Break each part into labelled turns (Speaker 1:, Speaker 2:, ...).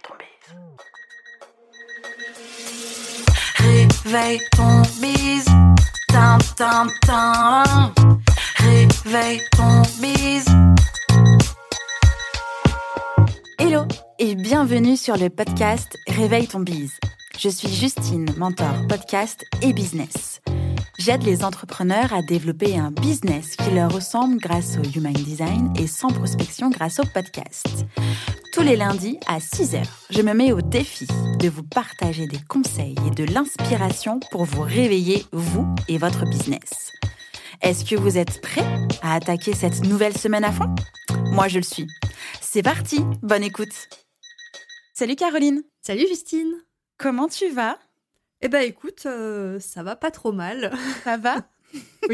Speaker 1: ton bise. Réveille ton bise. Tin, tin, tin. Réveille ton bise.
Speaker 2: Hello et bienvenue sur le podcast Réveille ton bise. Je suis Justine, mentor podcast et business. J'aide les entrepreneurs à développer un business qui leur ressemble grâce au Human Design et sans prospection grâce au podcast. Tous les lundis à 6h, je me mets au défi de vous partager des conseils et de l'inspiration pour vous réveiller, vous et votre business. Est-ce que vous êtes prêts à attaquer cette nouvelle semaine à fond ? Moi, je le suis. C'est parti, bonne écoute. Salut Caroline.
Speaker 3: Salut Justine.
Speaker 2: Comment tu vas ?
Speaker 3: Eh ben écoute, ça va pas trop mal.
Speaker 2: Ça va ?
Speaker 3: Oui.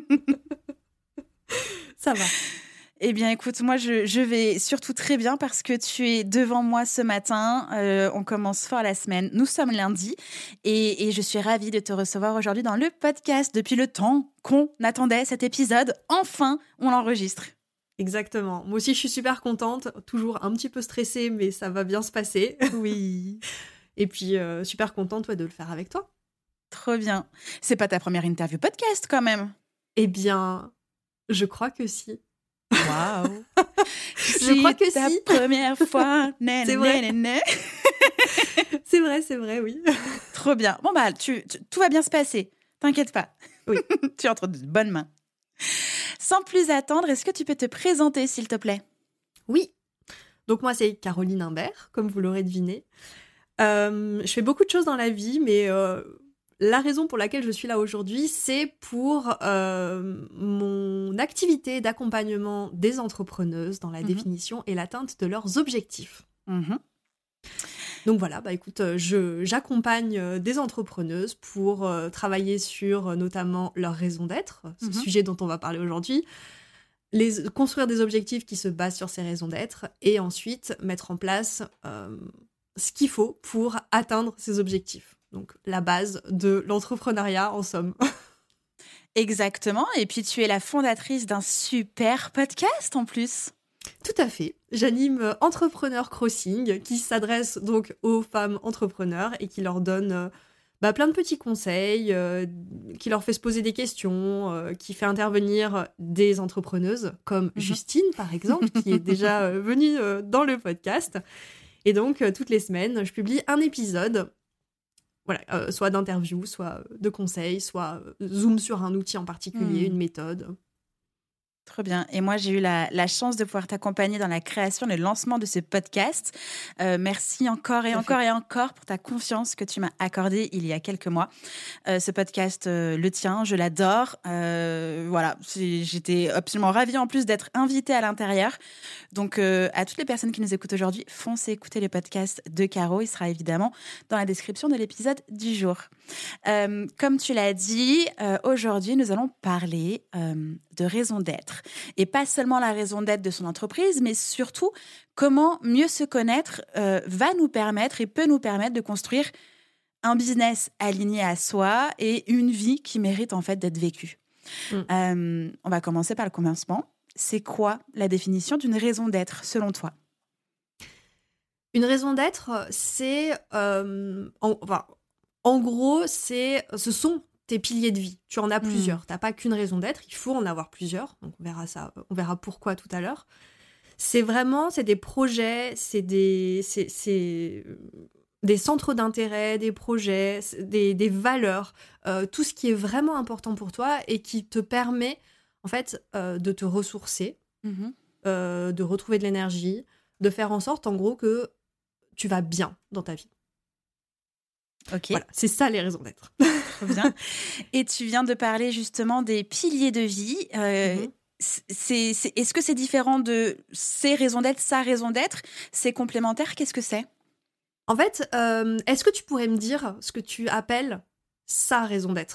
Speaker 3: Ça va.
Speaker 2: Eh bien écoute, moi je vais surtout très bien parce que tu es devant moi ce matin. On commence fort la semaine. Nous sommes lundi et je suis ravie de te recevoir aujourd'hui dans le podcast. Depuis le temps qu'on attendait cet épisode, enfin on l'enregistre.
Speaker 3: Exactement. Moi aussi je suis super contente, toujours un petit peu stressée mais ça va bien se passer.
Speaker 2: Oui.
Speaker 3: Et puis super contente de le faire avec toi.
Speaker 2: Trop bien. C'est pas ta première interview podcast quand même ?
Speaker 3: Eh bien, je crois que si.
Speaker 2: Waouh.
Speaker 3: Je crois que
Speaker 2: ta
Speaker 3: si.
Speaker 2: Première fois.
Speaker 3: C'est vrai. C'est vrai, oui.
Speaker 2: Trop bien. Bon bah, tout va bien se passer. T'inquiète pas.
Speaker 3: Oui.
Speaker 2: Tu es entre de bonnes mains. Sans plus attendre, est-ce que tu peux te présenter, s'il te plaît ?
Speaker 3: Oui. Donc moi, c'est Caroline Imbert, comme vous l'aurez deviné. Je fais beaucoup de choses dans la vie, mais la raison pour laquelle je suis là aujourd'hui, c'est pour mon activité d'accompagnement des entrepreneuses dans la définition et l'atteinte de leurs objectifs. Donc voilà, bah écoute, j'accompagne des entrepreneuses pour travailler sur notamment leur raison d'être, ce sujet dont on va parler aujourd'hui, construire des objectifs qui se basent sur ces raisons d'être et ensuite mettre en place ce qu'il faut pour atteindre ces objectifs. Donc la base de l'entrepreneuriat en somme.
Speaker 2: Exactement, et puis tu es la fondatrice d'un super podcast en plus.
Speaker 3: Tout à fait. J'anime Entrepreneur Crossing qui s'adresse donc aux femmes entrepreneurs et qui leur donne plein de petits conseils, qui leur fait se poser des questions, qui fait intervenir des entrepreneuses comme Justine par exemple, qui est déjà venue dans le podcast. Et donc, toutes les semaines, je publie un épisode, voilà, soit d'interview, soit de conseils, soit zoom sur un outil en particulier, une méthode.
Speaker 2: Trop bien. Et moi, j'ai eu la chance de pouvoir t'accompagner dans la création, le lancement de ce podcast. Merci encore et encore et encore pour ta confiance que tu m'as accordée il y a quelques mois. Ce podcast, le tien, je l'adore. Voilà, j'étais absolument ravie en plus d'être invitée à l'intérieur. Donc, à toutes les personnes qui nous écoutent aujourd'hui, foncez écouter le podcast de Caro. Il sera évidemment dans la description de l'épisode du jour. Comme tu l'as dit, aujourd'hui, nous allons parler de raison d'être. Et pas seulement la raison d'être de son entreprise, mais surtout comment mieux se connaître va nous permettre et peut nous permettre de construire un business aligné à soi et une vie qui mérite en fait d'être vécue. On va commencer par le commencement. C'est quoi la définition d'une raison d'être selon toi ?
Speaker 3: Une raison d'être, c'est... en gros, ce sont tes piliers de vie. Tu en as plusieurs. T'as pas qu'une raison d'être, il faut en avoir plusieurs. Donc on verra pourquoi tout à l'heure. C'est des projets, c'est des centres d'intérêt, des projets, des valeurs, tout ce qui est vraiment important pour toi et qui te permet en fait de te ressourcer, de retrouver de l'énergie, de faire en sorte en gros que tu vas bien dans ta vie.
Speaker 2: Ok.
Speaker 3: Voilà, c'est ça les raisons d'être.
Speaker 2: Trop bien. Et tu viens de parler justement des piliers de vie. Est-ce que c'est différent de ses raisons d'être, sa raison d'être ? C'est complémentaire ? Qu'est-ce que c'est ?
Speaker 3: En fait, est-ce que tu pourrais me dire ce que tu appelles sa raison d'être ?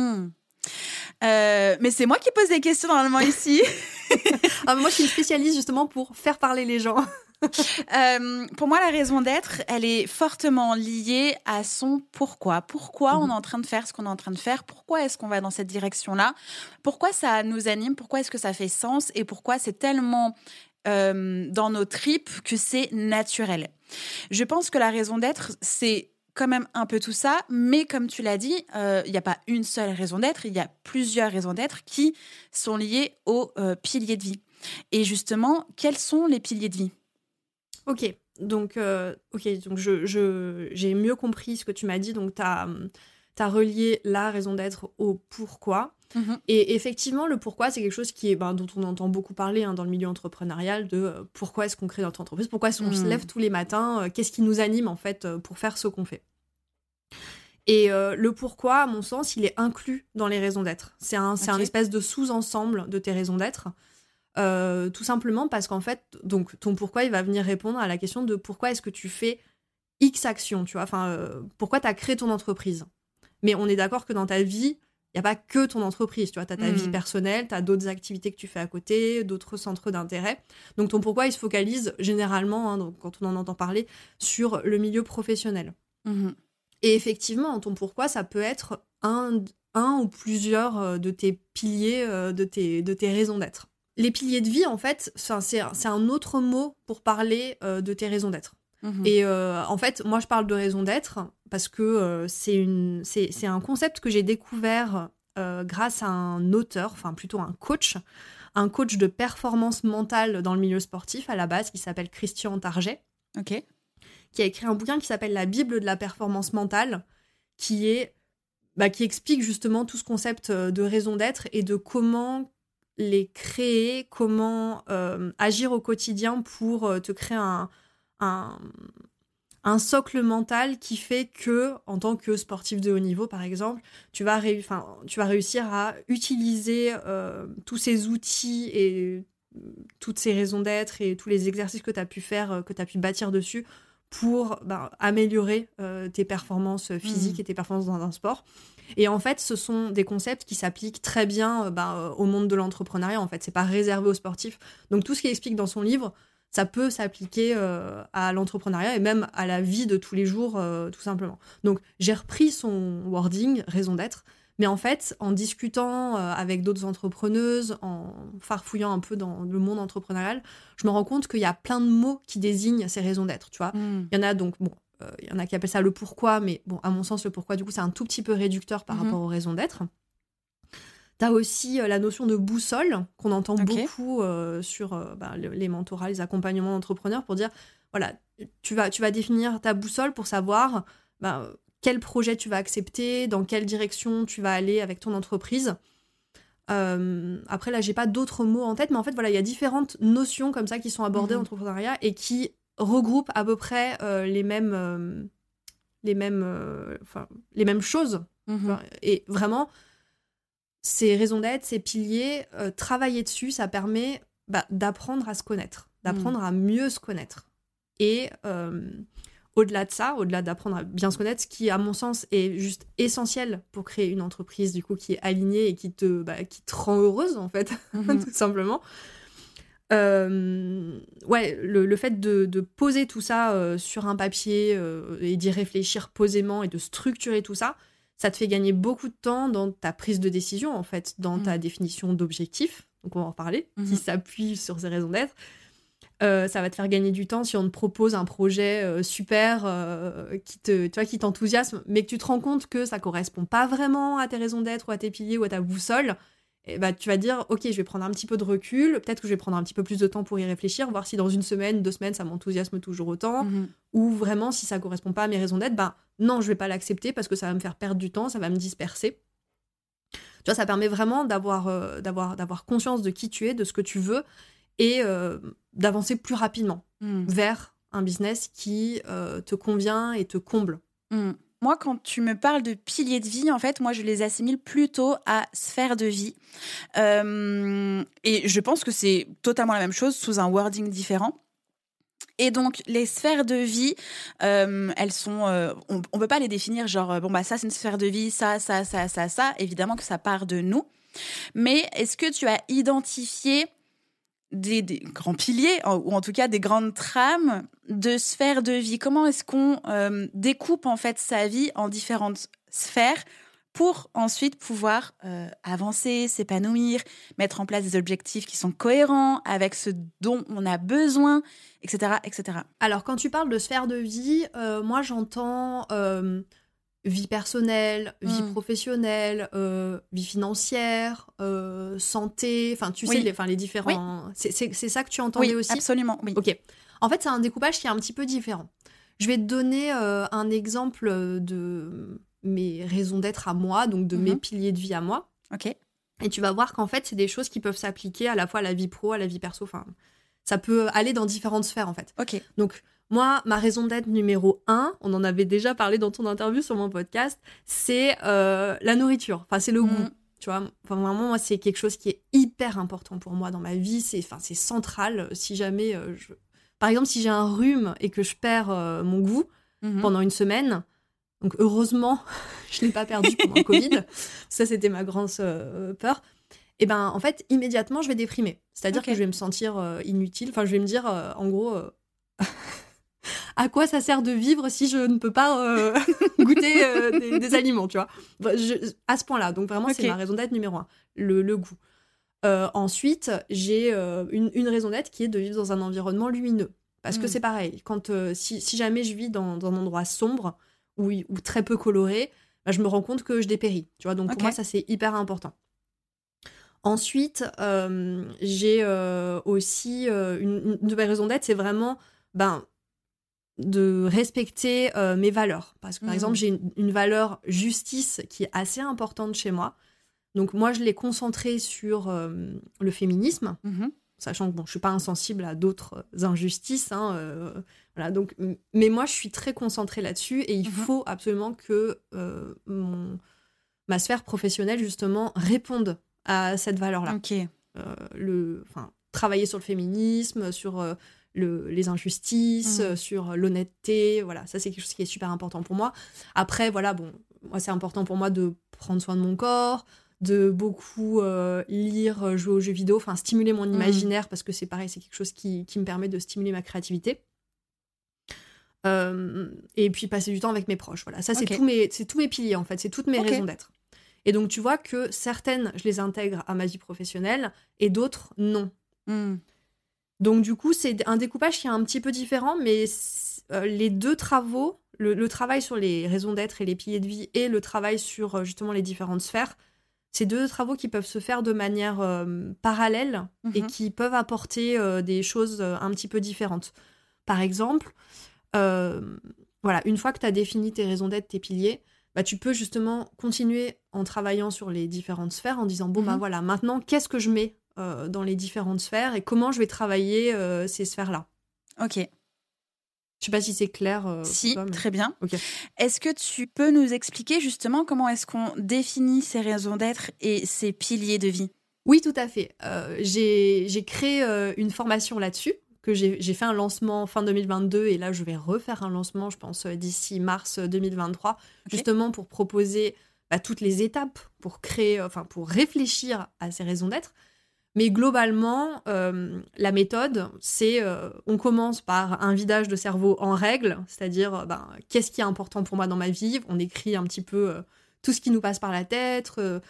Speaker 2: Mais c'est moi qui pose des questions normalement ici.
Speaker 3: Moi, je suis une spécialiste justement pour faire parler les gens.
Speaker 2: Pour moi, la raison d'être, elle est fortement liée à son pourquoi. Pourquoi on est en train de faire ce qu'on est en train de faire ? Pourquoi est-ce qu'on va dans cette direction-là ? Pourquoi ça nous anime ? Pourquoi est-ce que ça fait sens ? Et pourquoi c'est tellement dans nos tripes, que c'est naturel. Je pense que la raison d'être, c'est quand même un peu tout ça, mais comme tu l'as dit, il n'y a pas une seule raison d'être, il y a plusieurs raisons d'être qui sont liées aux piliers de vie. Et justement, quels sont les piliers de vie ?
Speaker 3: Ok, donc j'ai mieux compris ce que tu m'as dit. Donc, tu as relié la raison d'être au pourquoi. Et effectivement, le pourquoi, c'est quelque chose qui est, dont on entend beaucoup parler dans le milieu entrepreneurial, de pourquoi est-ce qu'on crée notre entreprise, pourquoi est-ce qu'on se lève tous les matins, qu'est-ce qui nous anime en fait pour faire ce qu'on fait. Et le pourquoi, à mon sens, il est inclus dans les raisons d'être. C'est un espèce de sous-ensemble de tes raisons d'être. Tout simplement parce qu'en fait, donc, ton pourquoi, il va venir répondre à la question de pourquoi est-ce que tu fais X action, tu vois, pourquoi tu as créé ton entreprise. Mais on est d'accord que dans ta vie, il n'y a pas que ton entreprise, tu vois, tu as ta vie personnelle, tu as d'autres activités que tu fais à côté, d'autres centres d'intérêt. Donc ton pourquoi, il se focalise généralement, donc, quand on en entend parler, sur le milieu professionnel. Et effectivement, ton pourquoi, ça peut être un ou plusieurs de tes piliers, de tes raisons d'être. Les piliers de vie, en fait, c'est un autre mot pour parler de tes raisons d'être. Et en fait, moi, je parle de raison d'être parce que c'est un concept que j'ai découvert grâce à un auteur, enfin plutôt un coach de performance mentale dans le milieu sportif à la base, qui s'appelle Christian Target, qui a écrit un bouquin qui s'appelle La Bible de la performance mentale, qui explique justement tout ce concept de raison d'être et de comment les créer, comment agir au quotidien pour te créer un socle mental qui fait que, en tant que sportif de haut niveau, par exemple, tu vas réussir à utiliser tous ces outils et toutes ces raisons d'être et tous les exercices que tu as pu faire, que tu as pu bâtir dessus pour améliorer tes performances physiques et tes performances dans un sport. Et en fait, ce sont des concepts qui s'appliquent très bien au monde de l'entrepreneuriat. En fait, c'est pas réservé aux sportifs. Donc, tout ce qu'il explique dans son livre, ça peut s'appliquer à l'entrepreneuriat et même à la vie de tous les jours, tout simplement. Donc, j'ai repris son wording, raison d'être, mais en fait, en discutant avec d'autres entrepreneuses, en farfouillant un peu dans le monde entrepreneurial, je me rends compte qu'il y a plein de mots qui désignent ces raisons d'être, tu vois. Il y en a donc, il y en a qui appellent ça le pourquoi, mais bon, à mon sens, le pourquoi, du coup, c'est un tout petit peu réducteur par rapport aux raisons d'être. T'as aussi la notion de boussole, qu'on entend beaucoup sur les mentorats, les accompagnements d'entrepreneurs, pour dire, voilà, tu vas définir ta boussole pour savoir quel projet tu vas accepter, dans quelle direction tu vas aller avec ton entreprise. Après, là, j'ai pas d'autres mots en tête, mais en fait, voilà, il y a différentes notions comme ça qui sont abordées en entrepreneuriat et qui regroupent à peu près les mêmes choses. Et vraiment, ces raisons d'être, ces piliers, travailler dessus, ça permet d'apprendre à se connaître, d'apprendre à mieux se connaître. Et au-delà de ça, au-delà d'apprendre à bien se connaître, ce qui, à mon sens, est juste essentiel pour créer une entreprise, du coup, qui est alignée et qui te rend heureuse, en fait, tout simplement. Le fait de poser tout ça sur un papier et d'y réfléchir posément et de structurer tout ça, ça te fait gagner beaucoup de temps dans ta prise de décision, en fait, dans ta définition d'objectif, donc on va en reparler, qui s'appuie sur ces raisons d'être. Ça va te faire gagner du temps si on te propose un projet super qui t'enthousiasme, mais que tu te rends compte que ça correspond pas vraiment à tes raisons d'être ou à tes piliers ou à ta boussole. Et tu vas dire, ok, je vais prendre un petit peu de recul, peut-être que je vais prendre un petit peu plus de temps pour y réfléchir, voir si dans 1 semaine, 2 semaines, ça m'enthousiasme toujours autant, ou vraiment, si ça correspond pas à mes raisons d'être, non, je vais pas l'accepter parce que ça va me faire perdre du temps, ça va me disperser. Tu vois, ça permet vraiment d'avoir conscience de qui tu es, de ce que tu veux, et d'avancer plus rapidement vers un business qui te convient et te comble.
Speaker 2: Moi, quand tu me parles de piliers de vie, en fait, moi, je les assimile plutôt à sphère de vie. Et je pense que c'est totalement la même chose sous un wording différent. Et donc, les sphères de vie, elles sont... on peut pas les définir genre, ça, c'est une sphère de vie, ça. Évidemment que ça part de nous. Mais est-ce que tu as identifié des grands piliers, ou en tout cas des grandes trames de sphères de vie? Comment est-ce qu'on découpe en fait sa vie en différentes sphères pour ensuite pouvoir avancer, s'épanouir, mettre en place des objectifs qui sont cohérents avec ce dont on a besoin, etc., etc.
Speaker 3: Alors, quand tu parles de sphère de vie, moi, j'entends vie personnelle, vie professionnelle, vie financière, santé, enfin, tu sais, les différents... Oui. C'est ça que tu entendais aussi ?
Speaker 2: Oui, absolument, oui.
Speaker 3: Ok. En fait, c'est un découpage qui est un petit peu différent. Je vais te donner un exemple de mes raisons d'être à moi, donc de mes piliers de vie à moi.
Speaker 2: Ok.
Speaker 3: Et tu vas voir qu'en fait, c'est des choses qui peuvent s'appliquer à la fois à la vie pro, à la vie perso. Enfin, ça peut aller dans différentes sphères, en fait.
Speaker 2: Ok.
Speaker 3: Donc, moi, ma raison d'être numéro 1, on en avait déjà parlé dans ton interview sur mon podcast, c'est la nourriture. Enfin, c'est le goût. Tu vois, enfin, vraiment, moi, c'est quelque chose qui est hyper important pour moi dans ma vie. C'est central. Si jamais... Par exemple, si j'ai un rhume et que je perds mon goût pendant une semaine... Donc heureusement, je ne l'ai pas perdu pendant le Covid. Ça, c'était ma grande peur. Et ben, en fait, immédiatement, je vais déprimer. C'est-à-dire que je vais me sentir inutile. Enfin, je vais me dire, en gros, à quoi ça sert de vivre si je ne peux pas goûter des aliments, tu vois. À ce point-là. Donc vraiment, c'est ma raison d'être numéro 1, le goût. Ensuite, j'ai une raison d'être qui est de vivre dans un environnement lumineux. Parce que c'est pareil. Quand, si jamais je vis dans un endroit sombre, ou très peu coloré, bah, je me rends compte que je dépéris. Tu vois, donc pour moi, ça, c'est hyper important. Ensuite, j'ai aussi une de mes raisons d'être, c'est vraiment de respecter mes valeurs. Parce que, par exemple, j'ai une valeur justice qui est assez importante chez moi. Donc, moi, je l'ai concentrée sur le féminisme. Sachant que je ne suis pas insensible à d'autres injustices. Voilà, donc, mais moi, je suis très concentrée là-dessus et il faut absolument que ma sphère professionnelle, justement, réponde à cette valeur-là. Travailler sur le féminisme, sur les injustices, sur l'honnêteté, voilà, ça, c'est quelque chose qui est super important pour moi. Après, voilà, moi, c'est important pour moi de prendre soin de mon corps, de beaucoup lire, jouer aux jeux vidéo, enfin stimuler mon imaginaire, parce que c'est pareil, c'est quelque chose qui me permet de stimuler ma créativité. Et puis passer du temps avec mes proches. Voilà, ça, c'est tous mes piliers, en fait, c'est toutes mes raisons d'être. Et donc, tu vois que certaines, je les intègre à ma vie professionnelle, et d'autres, non. Donc, du coup, c'est un découpage qui est un petit peu différent, mais les deux travaux, le travail sur les raisons d'être et les piliers de vie, et le travail sur, justement, les différentes sphères, c'est deux travaux qui peuvent se faire de manière parallèle et qui peuvent apporter des choses un petit peu différentes. Par exemple, voilà, une fois que tu as défini tes raisons d'être, tes piliers, bah, tu peux justement continuer en travaillant sur les différentes sphères en disant, bah voilà, maintenant, qu'est-ce que je mets dans les différentes sphères et comment je vais travailler ces sphères-là.
Speaker 2: Ok.
Speaker 3: Je sais pas si c'est clair.
Speaker 2: Si,
Speaker 3: toi, mais...
Speaker 2: très bien.
Speaker 3: Okay.
Speaker 2: Est-ce que tu peux nous expliquer justement comment est-ce qu'on définit ces raisons d'être et ces piliers de vie ?
Speaker 3: Oui, tout à fait. J'ai créé une formation là-dessus, que j'ai fait un lancement fin 2022, et là, je vais refaire un lancement, je pense, d'ici mars 2023, justement pour proposer toutes les étapes pour créer, pour réfléchir à ces raisons d'être. Mais globalement, la méthode, c'est on commence par un vidage de cerveau en règle, c'est-à-dire qu'est-ce qui est important pour moi dans ma vie. On écrit un petit peu tout ce qui nous passe par la tête,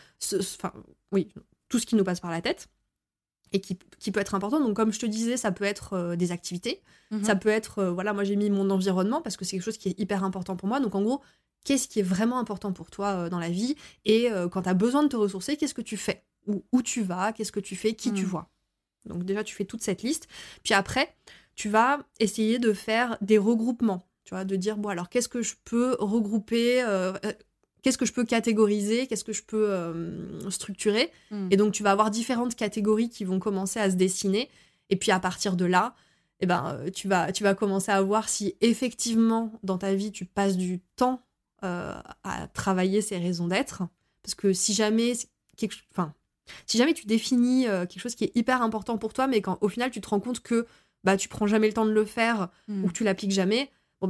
Speaker 3: tout ce qui nous passe par la tête et qui peut être important. Donc, comme je te disais, ça peut être des activités, ça peut être, moi j'ai mis mon environnement parce que c'est quelque chose qui est hyper important pour moi. Donc, en gros, qu'est-ce qui est vraiment important pour toi dans la vie, et quand tu as besoin de te ressourcer, qu'est-ce que tu fais ? Où tu vas, qu'est-ce que tu fais, qui tu vois. Donc déjà, tu fais toute cette liste. Puis après, tu vas essayer de faire des regroupements. Tu vois, de dire, alors, qu'est-ce que je peux regrouper, qu'est-ce que je peux catégoriser, qu'est-ce que je peux structurer. Et donc, tu vas avoir différentes catégories qui vont commencer à se dessiner. Et puis, à partir de là, tu vas commencer à voir si, effectivement, dans ta vie, tu passes du temps à travailler ces raisons d'être. Parce que si jamais... Si jamais tu définis quelque chose qui est hyper important pour toi, mais quand au final tu te rends compte que tu prends jamais le temps de le faire ou que tu l'appliques jamais,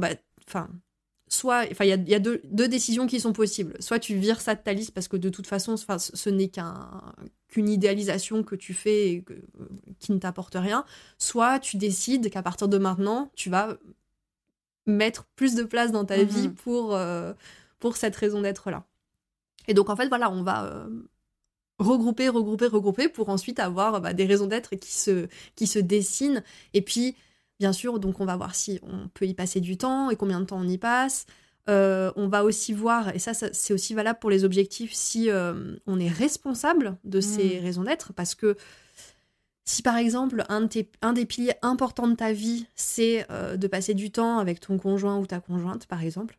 Speaker 3: soit il y a deux décisions qui sont possibles. Soit tu vires ça de ta liste parce que de toute façon ce n'est qu'une idéalisation que tu fais et qui ne t'apporte rien. Soit tu décides qu'à partir de maintenant tu vas mettre plus de place dans ta vie pour cette raison d'être là. Et donc, en fait, voilà, on va regrouper pour ensuite avoir des raisons d'être qui se dessinent. Et puis, bien sûr, donc on va voir si on peut y passer du temps et combien de temps on y passe. On va aussi voir, et ça c'est aussi valable pour les objectifs, si on est responsable de ces raisons d'être, parce que si par exemple un des piliers importants de ta vie, c'est de passer du temps avec ton conjoint ou ta conjointe, par exemple,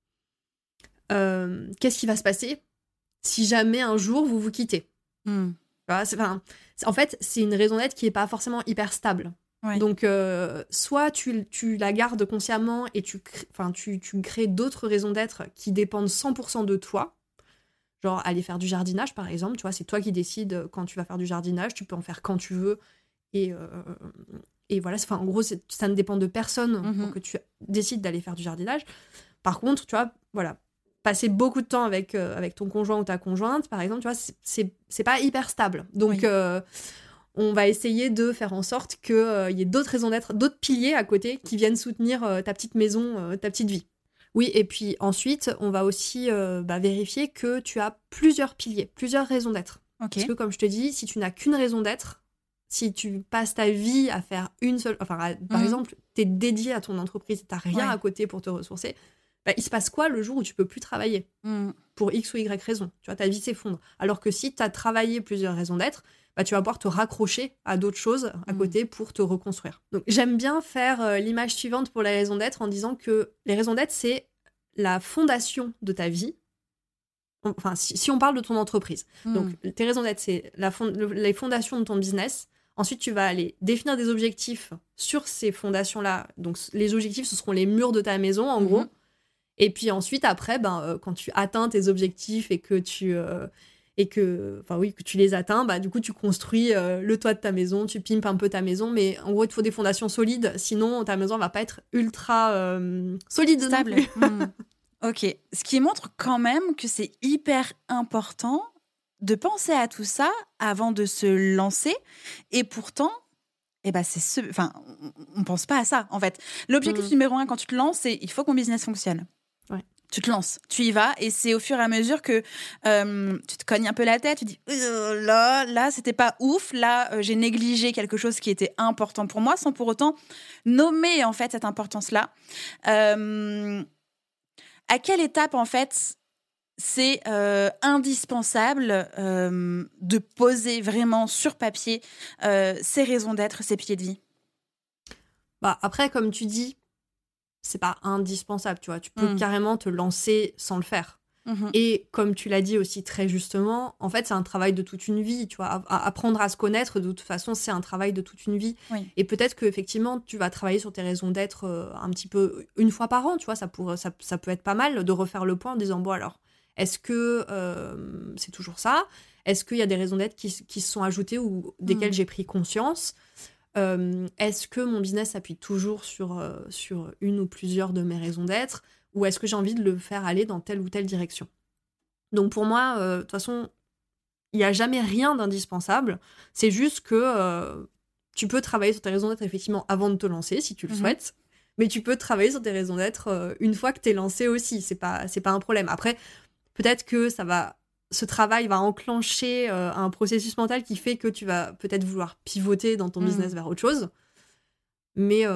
Speaker 3: qu'est-ce qui va se passer si jamais un jour vous vous quittez? Voilà, en fait, c'est une raison d'être qui n'est pas forcément hyper stable.
Speaker 2: Ouais.
Speaker 3: Donc, soit tu la gardes consciemment et tu crées d'autres raisons d'être qui dépendent 100% de toi. Genre, aller faire du jardinage, par exemple. Tu vois, c'est toi qui décides quand tu vas faire du jardinage. Tu peux en faire quand tu veux. Et voilà, en gros, ça ne dépend de personne pour que tu décides d'aller faire du jardinage. Par contre, tu vois, voilà, passer beaucoup de temps avec ton conjoint ou ta conjointe, par exemple, tu vois, c'est pas hyper stable. Donc, on va essayer de faire en sorte qu'il y ait d'autres raisons d'être, d'autres piliers à côté qui viennent soutenir ta petite maison, ta petite vie. Oui, et puis ensuite, on va aussi vérifier que tu as plusieurs piliers, plusieurs raisons d'être.
Speaker 2: Ok.
Speaker 3: Parce que, comme je te dis, si tu n'as qu'une raison d'être, si tu passes ta vie à faire une seule... par exemple, tu es dédié à ton entreprise, tu n'as rien à côté pour te ressourcer, il se passe quoi le jour où tu peux plus travailler pour X ou Y raison? Tu vois, ta vie s'effondre. Alors que si tu as travaillé plusieurs raisons d'être, tu vas pouvoir te raccrocher à d'autres choses à côté pour te reconstruire. Donc, j'aime bien faire l'image suivante pour les raisons d'être en disant que les raisons d'être, c'est la fondation de ta vie. Enfin, si on parle de ton entreprise. Donc, tes raisons d'être, c'est les fondations de ton business. Ensuite, tu vas aller définir des objectifs sur ces fondations-là. Donc, les objectifs, ce seront les murs de ta maison, en gros. Et puis ensuite, après, quand tu atteins tes objectifs et que tu les atteins, du coup, tu construis le toit de ta maison, tu pimpes un peu ta maison, mais en gros, il te faut des fondations solides, sinon ta maison va pas être ultra solide.
Speaker 2: Stable. Ok. Ce qui montre quand même que c'est hyper important de penser à tout ça avant de se lancer. Et pourtant, on pense pas à ça, en fait. L'objectif numéro 1 quand tu te lances, c'est il faut que mon business fonctionne. Tu te lances, tu y vas, et c'est au fur et à mesure que tu te cognes un peu la tête, tu dis là c'était pas ouf, là j'ai négligé quelque chose qui était important pour moi, sans pour autant nommer en fait cette importance-là. À quelle étape en fait c'est indispensable de poser vraiment sur papier ses raisons d'être, ses piliers de vie?
Speaker 3: Après, comme tu dis, c'est pas indispensable, tu vois. Tu peux carrément te lancer sans le faire. Et comme tu l'as dit aussi très justement, en fait, c'est un travail de toute une vie, tu vois. Apprendre à se connaître, de toute façon, c'est un travail de toute une vie.
Speaker 2: Oui.
Speaker 3: Et peut-être qu'effectivement, tu vas travailler sur tes raisons d'être un petit peu une fois par an, tu vois. Ça peut être pas mal de refaire le point en disant, bon alors, est-ce que c'est toujours ça? Est-ce qu'il y a des raisons d'être qui se sont ajoutées ou desquelles j'ai pris conscience? Est-ce que mon business s'appuie toujours sur une ou plusieurs de mes raisons d'être, ou est-ce que j'ai envie de le faire aller dans telle ou telle direction? Donc pour moi, de toute façon, il n'y a jamais rien d'indispensable. C'est juste que tu peux travailler sur tes raisons d'être effectivement avant de te lancer, si tu le souhaites, mais tu peux travailler sur tes raisons d'être une fois que tu es lancé aussi. C'est pas un problème. Après, peut-être que ce travail va enclencher un processus mental qui fait que tu vas peut-être vouloir pivoter dans ton business vers autre chose. Mais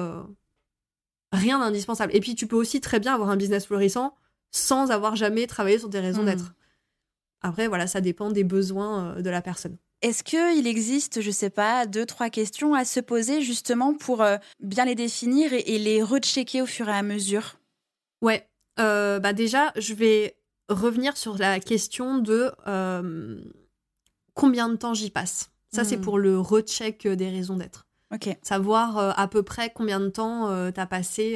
Speaker 3: rien d'indispensable. Et puis, tu peux aussi très bien avoir un business florissant sans avoir jamais travaillé sur tes raisons d'être. Après, voilà, ça dépend des besoins de la personne.
Speaker 2: Est-ce qu'il existe, je sais pas, 2-3 questions à se poser justement pour bien les définir et les rechecker au fur et à mesure?
Speaker 3: Ouais. Déjà, je vais revenir sur la question de combien de temps j'y passe. Ça, c'est pour le recheck des raisons d'être.
Speaker 2: Ok.
Speaker 3: Savoir à peu près combien de temps t'as passé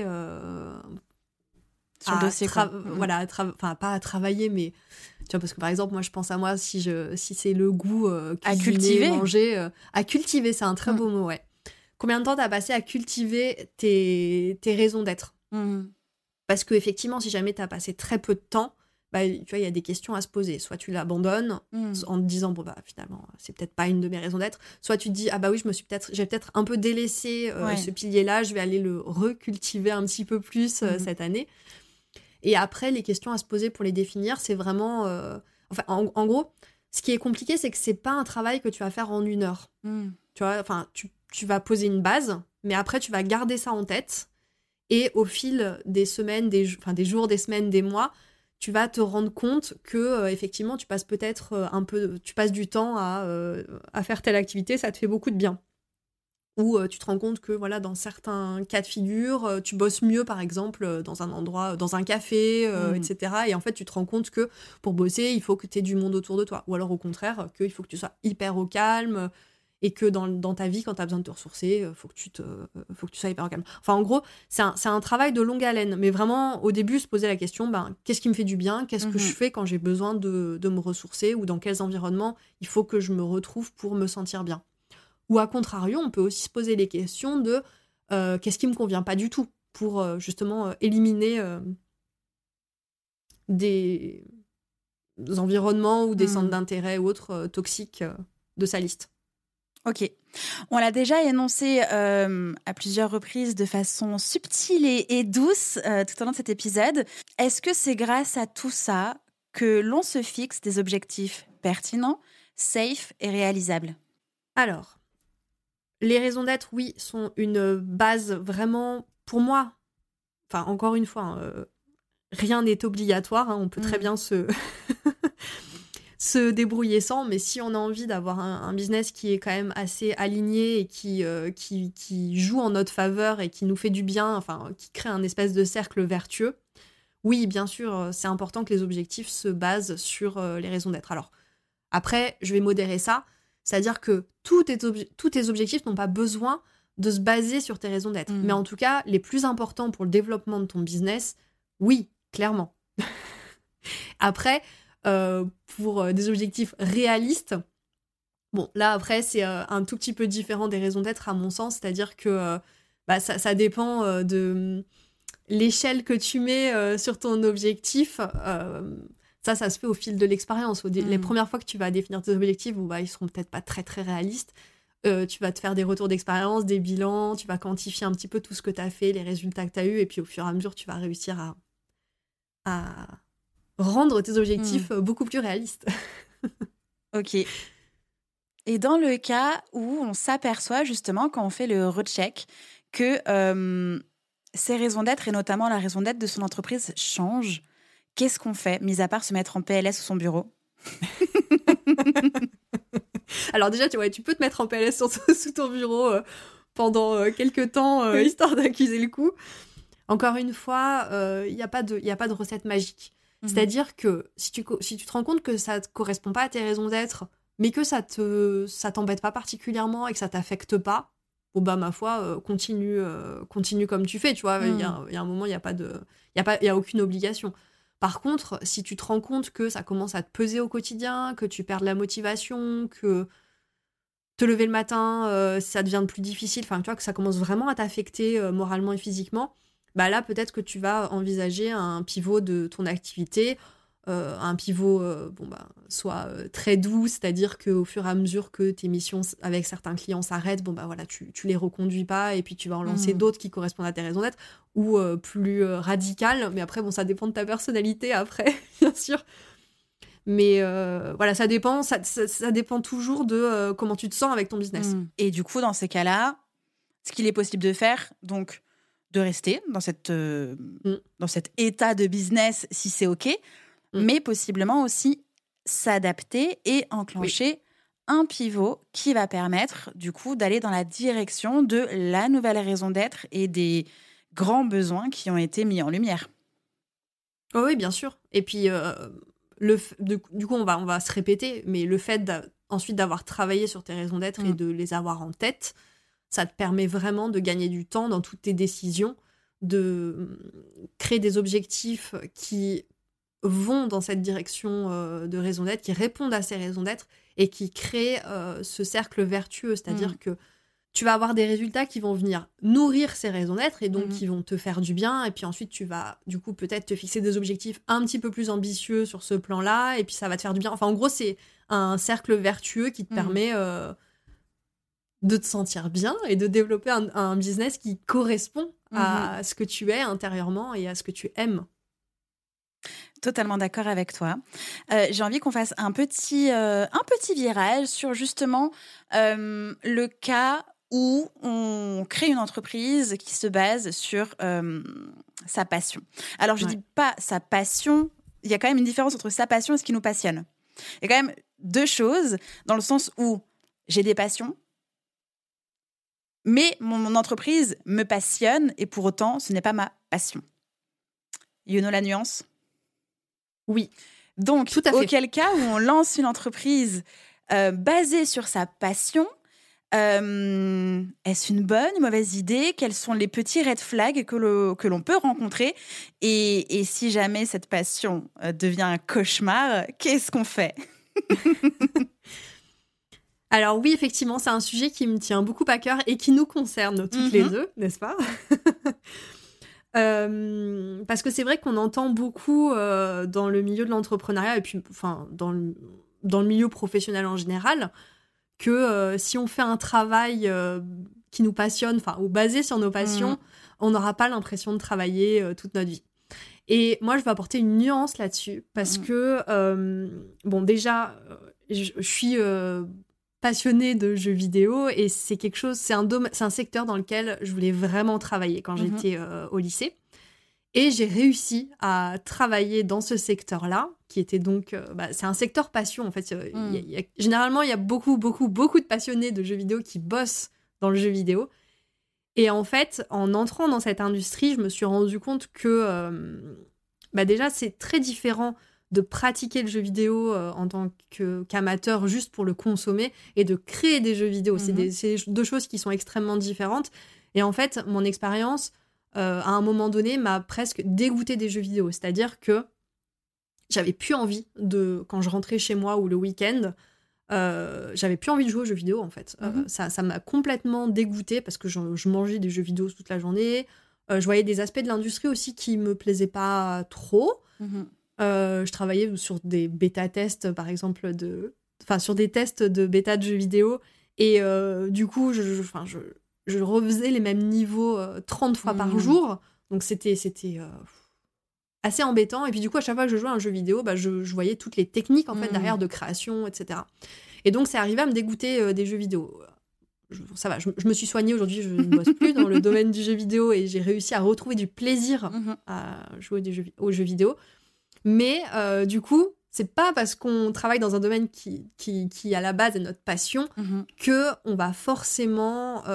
Speaker 2: sur le dossier.
Speaker 3: Voilà, pas à travailler, mais tu vois, parce que par exemple, moi, je pense à moi, si c'est le goût
Speaker 2: à cultiver,
Speaker 3: manger, à cultiver, c'est un très beau mot, ouais. Combien de temps t'as passé à cultiver tes raisons d'être? Parce que effectivement, si jamais t'as passé très peu de temps, tu vois, il y a des questions à se poser. Soit tu l'abandonnes en te disant, finalement, c'est peut-être pas une de mes raisons d'être. Soit tu te dis, oui, j'ai peut-être un peu délaissé ce pilier-là, je vais aller le recultiver un petit peu plus cette année. Et après, les questions à se poser pour les définir, c'est vraiment... Enfin, en gros, ce qui est compliqué, c'est que c'est pas un travail que tu vas faire en 1 heure. Tu vois, enfin, tu vas poser une base, mais après, tu vas garder ça en tête. Et au fil des semaines, des jours, des semaines, des mois, tu vas te rendre compte que effectivement, tu passes peut-être tu passes du temps à faire telle activité, ça te fait beaucoup de bien. Ou tu te rends compte que voilà, dans certains cas de figure, tu bosses mieux, par exemple, dans un endroit, dans un café, etc. Et en fait, tu te rends compte que pour bosser, il faut que tu aies du monde autour de toi. Ou alors, au contraire, qu'il faut que tu sois hyper au calme et que dans ta vie, quand tu as besoin de te ressourcer, faut que tu sois hyper au calme. Enfin, en gros, c'est un travail de longue haleine. Mais vraiment, au début, se poser la question, qu'est-ce qui me fait du bien ? Qu'est-ce que je fais quand j'ai besoin de me ressourcer ? Ou dans quels environnements il faut que je me retrouve pour me sentir bien ? Ou à contrario, on peut aussi se poser les questions de qu'est-ce qui me convient pas du tout pour justement éliminer des environnements ou des centres d'intérêt ou autres toxiques de sa liste.
Speaker 2: Ok. On l'a déjà énoncé à plusieurs reprises de façon subtile et douce tout au long de cet épisode. Est-ce que c'est grâce à tout ça que l'on se fixe des objectifs pertinents, safe et réalisables ?
Speaker 3: Alors, les raisons d'être, oui, sont une base vraiment, pour moi, enfin, encore une fois, rien n'est obligatoire, on peut très bien se débrouiller sans, mais si on a envie d'avoir un business qui est quand même assez aligné et qui joue en notre faveur et qui nous fait du bien, enfin, qui crée un espèce de cercle vertueux, oui, bien sûr, c'est important que les objectifs se basent sur les raisons d'être. Alors, après, je vais modérer ça. C'est-à-dire que tous tes objectifs n'ont pas besoin de se baser sur tes raisons d'être. Mais en tout cas, les plus importants pour le développement de ton business, oui, clairement. Après, pour des objectifs réalistes, bon, là, après, c'est un tout petit peu différent des raisons d'être, à mon sens. C'est-à-dire que ça dépend de l'échelle que tu mets sur ton objectif. Ça se fait au fil de l'expérience. Les premières fois que tu vas définir tes objectifs, ils seront peut-être pas très, très réalistes. Tu vas te faire des retours d'expérience, des bilans, tu vas quantifier un petit peu tout ce que tu as fait, les résultats que tu as eus, et puis au fur et à mesure, tu vas réussir à rendre tes objectifs beaucoup plus réalistes.
Speaker 2: Ok. Et dans le cas où on s'aperçoit justement, quand on fait le recheck, que ses raisons d'être, et notamment la raison d'être de son entreprise, changent, qu'est-ce qu'on fait, mis à part se mettre en PLS sous son bureau ?
Speaker 3: Alors déjà, tu peux te mettre en PLS sous ton bureau pendant quelques temps, histoire d'accuser le coup. Encore une fois, il n'y a pas de recette magique. C'est-à-dire que si tu te rends compte que ça ne correspond pas à tes raisons d'être, mais que ça t'embête pas particulièrement et que ça t'affecte pas, ma foi, continue comme tu fais, tu vois. Il y a un moment, il y a aucune obligation. Par contre, si tu te rends compte que ça commence à te peser au quotidien, que tu perds de la motivation, que te lever le matin, ça devient de plus difficile, enfin, tu vois, que ça commence vraiment à t'affecter moralement et physiquement, là, peut-être que tu vas envisager un pivot de ton activité, un pivot soit très doux, c'est-à-dire qu'au fur et à mesure que tes missions avec certains clients s'arrêtent, tu les reconduis pas et puis tu vas en lancer d'autres qui correspondent à tes raisons d'être, ou plus radicales, mais après ça dépend de ta personnalité après, bien sûr. Mais ça dépend toujours de comment tu te sens avec ton business.
Speaker 2: Et du coup, dans ces cas-là, ce qu'il est possible de faire, donc de rester dans cet état de business si c'est OK, mais possiblement aussi s'adapter et enclencher un pivot qui va permettre du coup d'aller dans la direction de la nouvelle raison d'être et des grands besoins qui ont été mis en lumière.
Speaker 3: Oh oui, bien sûr. Et puis, du coup, on va se répéter, mais le fait ensuite d'avoir travaillé sur tes raisons d'être et de les avoir en tête, ça te permet vraiment de gagner du temps dans toutes tes décisions, de créer des objectifs qui vont dans cette direction de raison d'être, qui répondent à ces raisons d'être et qui créent ce cercle vertueux. C'est-à-dire que tu vas avoir des résultats qui vont venir nourrir ces raisons d'être et donc qui vont te faire du bien. Et puis ensuite, tu vas du coup peut-être te fixer des objectifs un petit peu plus ambitieux sur ce plan-là et puis ça va te faire du bien. Enfin, en gros, c'est un cercle vertueux qui te permet de te sentir bien et de développer un business qui correspond à ce que tu es intérieurement et à ce que tu aimes.
Speaker 2: Totalement d'accord avec toi. J'ai envie qu'on fasse un petit virage sur justement le cas où on crée une entreprise qui se base sur sa passion. Alors, je ne dis pas sa passion, il y a quand même une différence entre sa passion et ce qui nous passionne. Il y a quand même deux choses, dans le sens où j'ai des passions, mais mon entreprise me passionne et pour autant, ce n'est pas ma passion. You know la nuance ?
Speaker 3: Oui.
Speaker 2: Donc, auquel cas où on lance une entreprise basée sur sa passion, est-ce une bonne ou mauvaise idée ? Quels sont les petits red flags que l'on peut rencontrer ? Et si jamais cette passion devient un cauchemar, qu'est-ce qu'on fait ?
Speaker 3: Alors oui, effectivement, c'est un sujet qui me tient beaucoup à cœur et qui nous concerne toutes les deux, n'est-ce pas ? Parce que c'est vrai qu'on entend beaucoup dans le milieu de l'entrepreneuriat et puis dans le milieu professionnel en général que si on fait un travail qui nous passionne, ou basé sur nos passions, on n'aura pas l'impression de travailler toute notre vie. Et moi, je vais apporter une nuance là-dessus parce que, déjà, je suis passionnée de jeux vidéo et c'est un secteur dans lequel je voulais vraiment travailler quand j'étais au lycée. Et j'ai réussi à travailler dans ce secteur-là, qui était donc... c'est un secteur passion, en fait. Généralement, il y a beaucoup, beaucoup, beaucoup de passionnés de jeux vidéo qui bossent dans le jeu vidéo. Et en fait, en entrant dans cette industrie, je me suis rendu compte que... déjà, c'est très différent de pratiquer le jeu vidéo en tant qu'amateur juste pour le consommer et de créer des jeux vidéo. C'est deux choses qui sont extrêmement différentes. Et en fait, mon expérience... à un moment donné, m'a presque dégoûtée des jeux vidéo. C'est-à-dire que j'avais plus envie quand je rentrais chez moi ou le week-end, j'avais plus envie de jouer aux jeux vidéo, en fait. Ça m'a complètement dégoûtée parce que je mangeais des jeux vidéo toute la journée. Je voyais des aspects de l'industrie aussi qui me plaisaient pas trop. Je travaillais sur des bêta-tests, par exemple, sur des tests de bêta de jeux vidéo. Et du coup, je refaisais les mêmes niveaux 30 fois par jour. Donc, c'était assez embêtant. Et puis, du coup, à chaque fois que je jouais à un jeu vidéo, je voyais toutes les techniques, en fait, derrière de création, etc. Et donc, c'est arrivé à me dégoûter des jeux vidéo. Ça va, je me suis soignée aujourd'hui, je ne bosse plus dans le domaine du jeu vidéo et j'ai réussi à retrouver du plaisir à jouer aux jeux vidéo. Mais, du coup... c'est pas parce qu'on travaille dans un domaine qui à la base est notre passion qu'on va forcément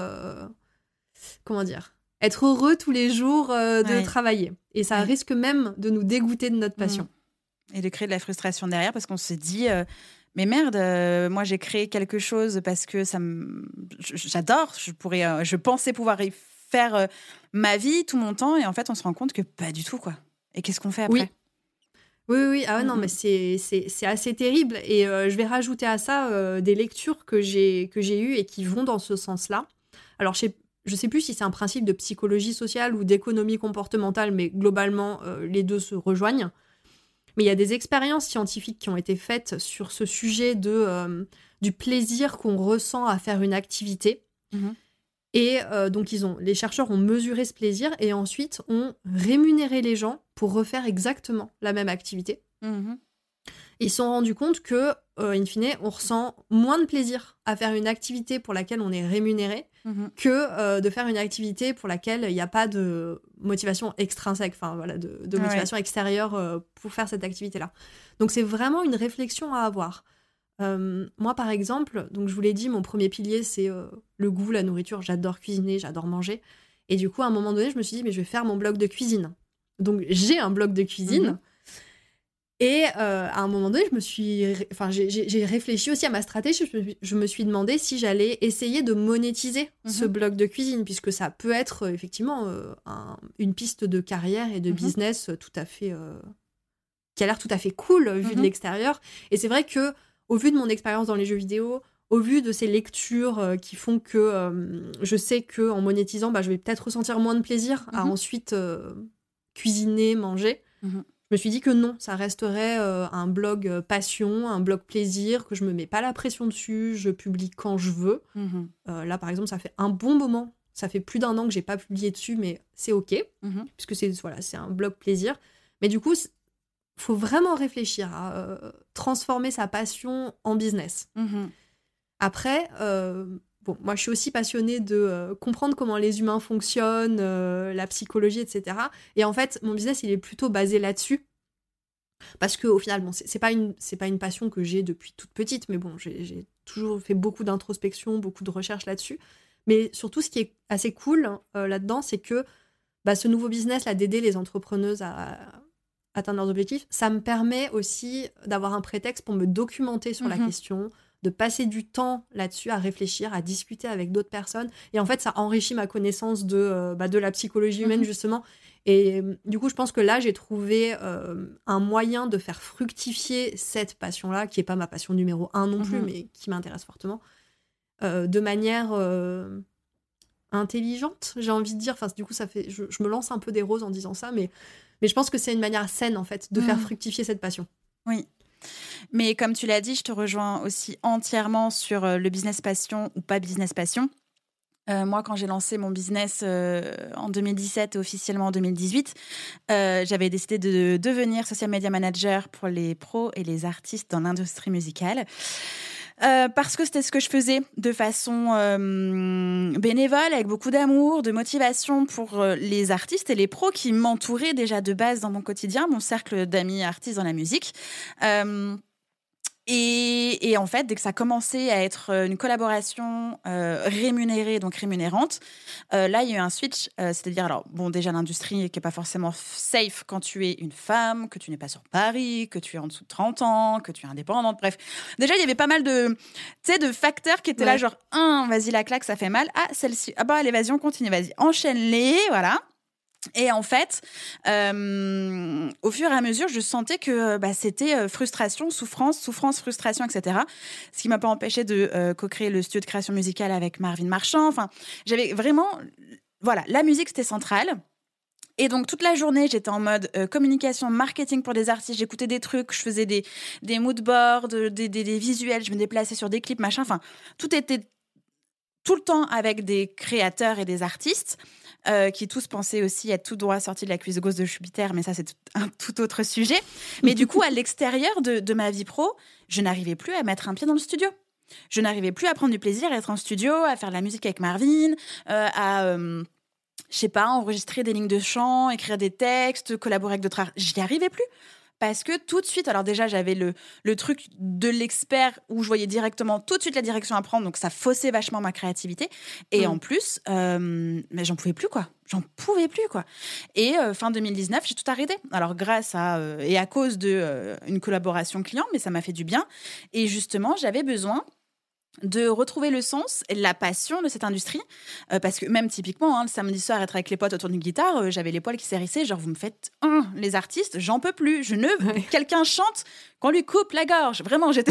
Speaker 3: être heureux tous les jours de travailler. Et ça risque même de nous dégoûter de notre passion.
Speaker 2: Et de créer de la frustration derrière parce qu'on se dit mais merde, moi j'ai créé quelque chose parce que j'adore, je pensais pouvoir y faire ma vie, tout mon temps, et en fait on se rend compte que pas du tout, quoi. Et qu'est-ce qu'on fait après ?
Speaker 3: Oui. Ah non, mais c'est assez terrible. Et je vais rajouter à ça des lectures que j'ai eues et qui vont dans ce sens-là. Alors, je sais plus si c'est un principe de psychologie sociale ou d'économie comportementale, mais globalement, les deux se rejoignent. Mais il y a des expériences scientifiques qui ont été faites sur ce sujet du plaisir qu'on ressent à faire une activité. Et donc, les chercheurs ont mesuré ce plaisir et ensuite ont rémunéré les gens pour refaire exactement la même activité. Ils se sont rendus compte que, in fine, on ressent moins de plaisir à faire une activité pour laquelle on est rémunéré que de faire une activité pour laquelle il n'y a pas de motivation extrinsèque, de motivation extérieure pour faire cette activité-là. Donc, c'est vraiment une réflexion à avoir. Moi, par exemple, donc je vous l'ai dit, mon premier pilier, c'est le goût, la nourriture. J'adore cuisiner, j'adore manger. Et du coup, à un moment donné, je me suis dit, mais je vais faire mon blog de cuisine. Donc, j'ai un blog de cuisine. Et à un moment donné, j'ai réfléchi aussi à ma stratégie. Je me suis demandé si j'allais essayer de monétiser ce blog de cuisine, puisque ça peut être effectivement une piste de carrière et de business tout à fait... qui a l'air tout à fait cool vu de l'extérieur. Et c'est vrai que au vu de mon expérience dans les jeux vidéo, au vu de ces lectures qui font que je sais qu'en monétisant, je vais peut-être ressentir moins de plaisir à ensuite cuisiner, manger. Je me suis dit que non, ça resterait un blog passion, un blog plaisir, que je me mets pas la pression dessus, je publie quand je veux. Là, par exemple, ça fait un bon moment. Ça fait plus d'1 an que j'ai pas publié dessus, mais c'est OK, puisque c'est un blog plaisir. Mais du coup, faut vraiment réfléchir à transformer sa passion en business. Après, moi, je suis aussi passionnée de comprendre comment les humains fonctionnent, la psychologie, etc. Et en fait, mon business, il est plutôt basé là-dessus. Parce qu'au final, bon, c'est pas une passion que j'ai depuis toute petite, mais bon, j'ai toujours fait beaucoup d'introspection, beaucoup de recherches là-dessus. Mais surtout, ce qui est assez cool là-dedans, c'est que ce nouveau business, là, d'aider les entrepreneuses à atteindre leurs objectifs, ça me permet aussi d'avoir un prétexte pour me documenter sur la question, de passer du temps là-dessus, à réfléchir, à discuter avec d'autres personnes. Et en fait, ça enrichit ma connaissance de la psychologie humaine, justement. Et du coup, je pense que là, j'ai trouvé un moyen de faire fructifier cette passion-là, qui n'est pas ma passion numéro 1 non plus, mais qui m'intéresse fortement, de manière intelligente, j'ai envie de dire. Enfin, du coup, ça fait, je me lance un peu des roses en disant ça, mais je pense que c'est une manière saine, en fait, de faire fructifier cette passion.
Speaker 2: Oui. Mais comme tu l'as dit, je te rejoins aussi entièrement sur le business passion ou pas business passion. Moi, quand j'ai lancé mon business en 2017 et officiellement en 2018, j'avais décidé de devenir social media manager pour les pros et les artistes dans l'industrie musicale. Parce que c'était ce que je faisais de façon bénévole, avec beaucoup d'amour, de motivation pour les artistes et les pros qui m'entouraient déjà de base dans mon quotidien, mon cercle d'amis artistes dans la musique. Et en fait, dès que ça commençait à être une collaboration rémunérée, donc rémunérante, là, il y a eu un switch. C'est-à-dire, alors, bon, déjà, l'industrie qui n'est pas forcément safe quand tu es une femme, que tu n'es pas sur Paris, que tu es en dessous de 30 ans, que tu es indépendante, bref. Déjà, il y avait pas mal de facteurs qui étaient là, genre, vas-y, la claque, ça fait mal. Ah, celle-ci, allez, vas-y, on continue, vas-y, enchaîne-les, voilà. Et en fait, au fur et à mesure, je sentais que c'était frustration, souffrance, frustration, etc. Ce qui m'a pas empêché de co-créer le studio de création musicale avec Marvin Marchand. Enfin, j'avais vraiment... Voilà, la musique, c'était central. Et donc, toute la journée, j'étais en mode communication, marketing pour des artistes. J'écoutais des trucs, je faisais des moodboards, des visuels, je me déplaçais sur des clips, machin. Enfin, tout était tout le temps avec des créateurs et des artistes. Qui tous pensaient aussi être tout droit sortis de la cuisse gauche de Jupiter, mais ça, c'est un tout autre sujet. Mais du coup, à l'extérieur de ma vie pro, je n'arrivais plus à mettre un pied dans le studio. Je n'arrivais plus à prendre du plaisir à être en studio, à faire de la musique avec Marvin, je sais pas, enregistrer des lignes de chant, écrire des textes, collaborer avec d'autres artistes. J'y arrivais plus. Parce que tout de suite, alors déjà, j'avais le truc de l'expert où je voyais directement tout de suite la direction à prendre, donc ça faussait vachement ma créativité. Et en plus, mais j'en pouvais plus, quoi. Et fin 2019, j'ai tout arrêté. Alors grâce à, et à cause d'une collaboration client, mais ça m'a fait du bien. Et justement, j'avais besoin de retrouver le sens et la passion de cette industrie. Parce que même typiquement, le samedi soir, être avec les potes autour d'une guitare, j'avais les poils qui s'hérissaient, genre vous me faites les artistes, j'en peux plus. Quelqu'un chante, qu'on lui coupe la gorge. Vraiment, j'étais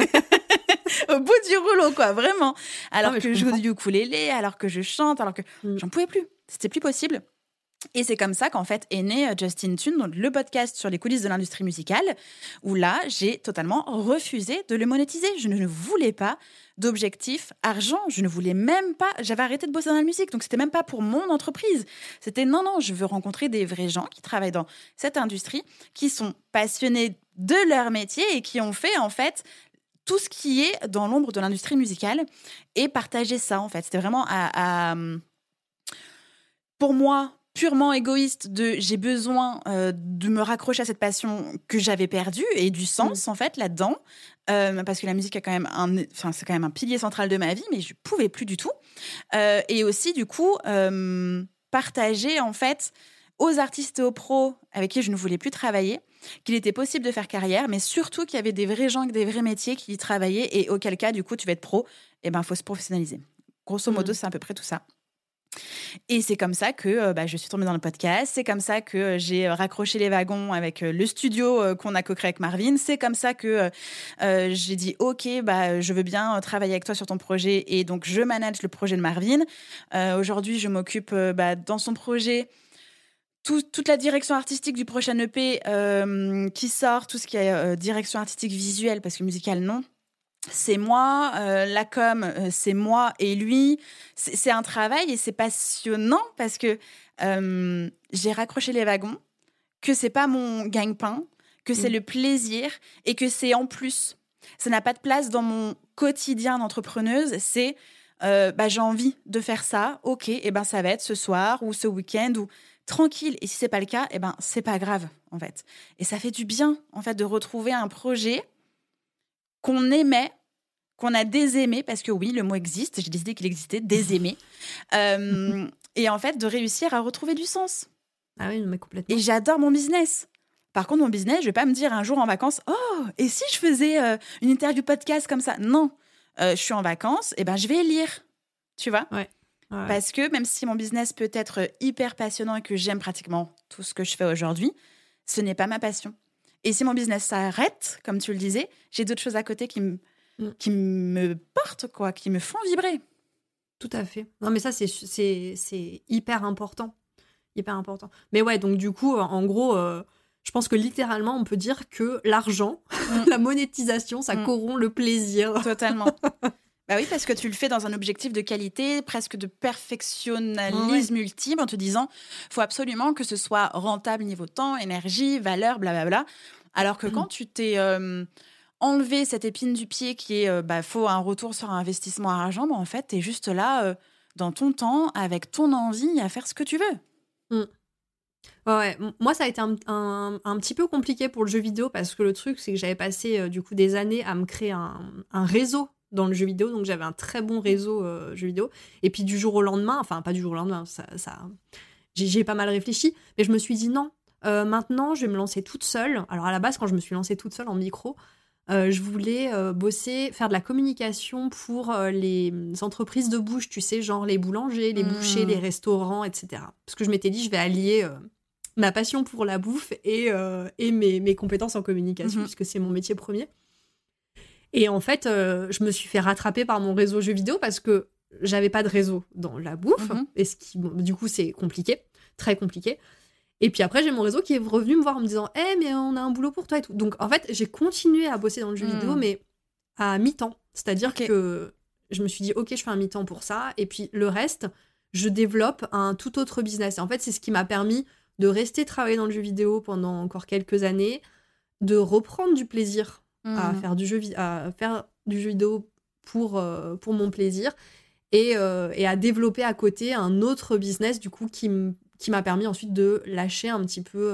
Speaker 2: au bout du rouleau, quoi, vraiment. Alors que je joue du ukulélé, alors que je chante, alors que j'en pouvais plus. C'était plus possible. Et c'est comme ça qu'en fait est né Just In Tune, donc le podcast sur les coulisses de l'industrie musicale, où là, j'ai totalement refusé de le monétiser. Je ne voulais pas d'objectif argent. Je ne voulais même pas... J'avais arrêté de bosser dans la musique, donc c'était même pas pour mon entreprise. C'était non, je veux rencontrer des vrais gens qui travaillent dans cette industrie, qui sont passionnés de leur métier et qui ont fait, en fait, tout ce qui est dans l'ombre de l'industrie musicale et partager ça, en fait. C'était vraiment pour moi... purement égoïste j'ai besoin de me raccrocher à cette passion que j'avais perdue et du sens en fait là-dedans parce que la musique a quand même c'est quand même un pilier central de ma vie, mais je pouvais plus du tout et aussi du coup partager en fait aux artistes et aux pros avec qui je ne voulais plus travailler qu'il était possible de faire carrière, mais surtout qu'il y avait des vrais gens avec des vrais métiers qui y travaillaient et auquel cas du coup tu vas être pro, et faut se professionnaliser. Grosso modo, c'est à peu près tout ça. Et c'est comme ça que je suis tombée dans le podcast. C'est comme ça que j'ai raccroché les wagons avec le studio qu'on a co-créé avec Marvin. C'est comme ça que j'ai dit OK, je veux bien travailler avec toi sur ton projet. Et donc, je manage le projet de Marvin. Aujourd'hui, je m'occupe dans son projet toute la direction artistique du prochain EP qui sort, tout ce qui est direction artistique visuelle, parce que musicale, non. C'est moi, la com, c'est moi et lui. C'est un travail et c'est passionnant parce que j'ai raccroché les wagons, que c'est pas mon gagne-pain, que c'est le plaisir et que c'est en plus. Ça n'a pas de place dans mon quotidien d'entrepreneuse. C'est j'ai envie de faire ça. Ok, et ben ça va être ce soir ou ce week-end ou tranquille. Et si c'est pas le cas, et ben c'est pas grave en fait. Et ça fait du bien en fait de retrouver un projet qu'on aimait, qu'on a désaimé, parce que oui, le mot existe. J'ai décidé qu'il existait, désaimé. Et en fait de réussir à retrouver du sens.
Speaker 3: Ah oui, mais complètement.
Speaker 2: Et j'adore mon business. Par contre, mon business, je vais pas me dire un jour en vacances, oh, et si je faisais une interview podcast comme ça? Non, je suis en vacances, et ben je vais lire, tu vois.
Speaker 3: Ouais.
Speaker 2: Parce que même si mon business peut être hyper passionnant et que j'aime pratiquement tout ce que je fais aujourd'hui, ce n'est pas ma passion. Et si mon business s'arrête, comme tu le disais, j'ai d'autres choses à côté qui me portent, quoi, qui me font vibrer.
Speaker 3: Tout à fait. Non, mais ça, c'est hyper important. Hyper important. Mais ouais, donc du coup, en gros, je pense que littéralement, on peut dire que l'argent, la monétisation, ça corrompt le plaisir.
Speaker 2: Totalement. Bah oui, parce que tu le fais dans un objectif de qualité, presque de perfectionnalisme ultime, en te disant, faut absolument que ce soit rentable niveau temps, énergie, valeur, blablabla. Alors que quand tu t'es enlevé cette épine du pied qui est, faut un retour sur investissement à argent, en fait, t'es juste là, dans ton temps, avec ton envie, à faire ce que tu veux.
Speaker 3: Ouais, moi ça a été un petit peu compliqué pour le jeu vidéo parce que le truc c'est que j'avais passé du coup des années à me créer un réseau dans le jeu vidéo, donc j'avais un très bon réseau jeu vidéo, et puis du jour au lendemain, enfin pas du jour au lendemain, j'ai pas mal réfléchi, mais je me suis dit non, maintenant je vais me lancer toute seule. Alors à la base quand je me suis lancée toute seule en micro, je voulais faire de la communication pour les entreprises de bouche, tu sais, genre les boulangers, les bouchers, les restaurants, etc. Parce que je m'étais dit, je vais allier ma passion pour la bouffe et mes compétences en communication, puisque c'est mon métier premier. Et en fait, je me suis fait rattraper par mon réseau jeux vidéo parce que j'avais pas de réseau dans la bouffe, et du coup, c'est compliqué, très compliqué. Et puis après, j'ai mon réseau qui est revenu me voir en me disant « mais on a un boulot pour toi et tout ». Donc, en fait, j'ai continué à bosser dans le jeu vidéo, mais à mi-temps. C'est-à-dire que je me suis dit « Ok, je fais un mi-temps pour ça ». Et puis, le reste, je développe un tout autre business. Et en fait, c'est ce qui m'a permis de rester travailler dans le jeu vidéo pendant encore quelques années, de reprendre du plaisir à faire du jeu vidéo pour mon plaisir et à développer à côté un autre business, du coup, qui m'a permis ensuite de lâcher un petit peu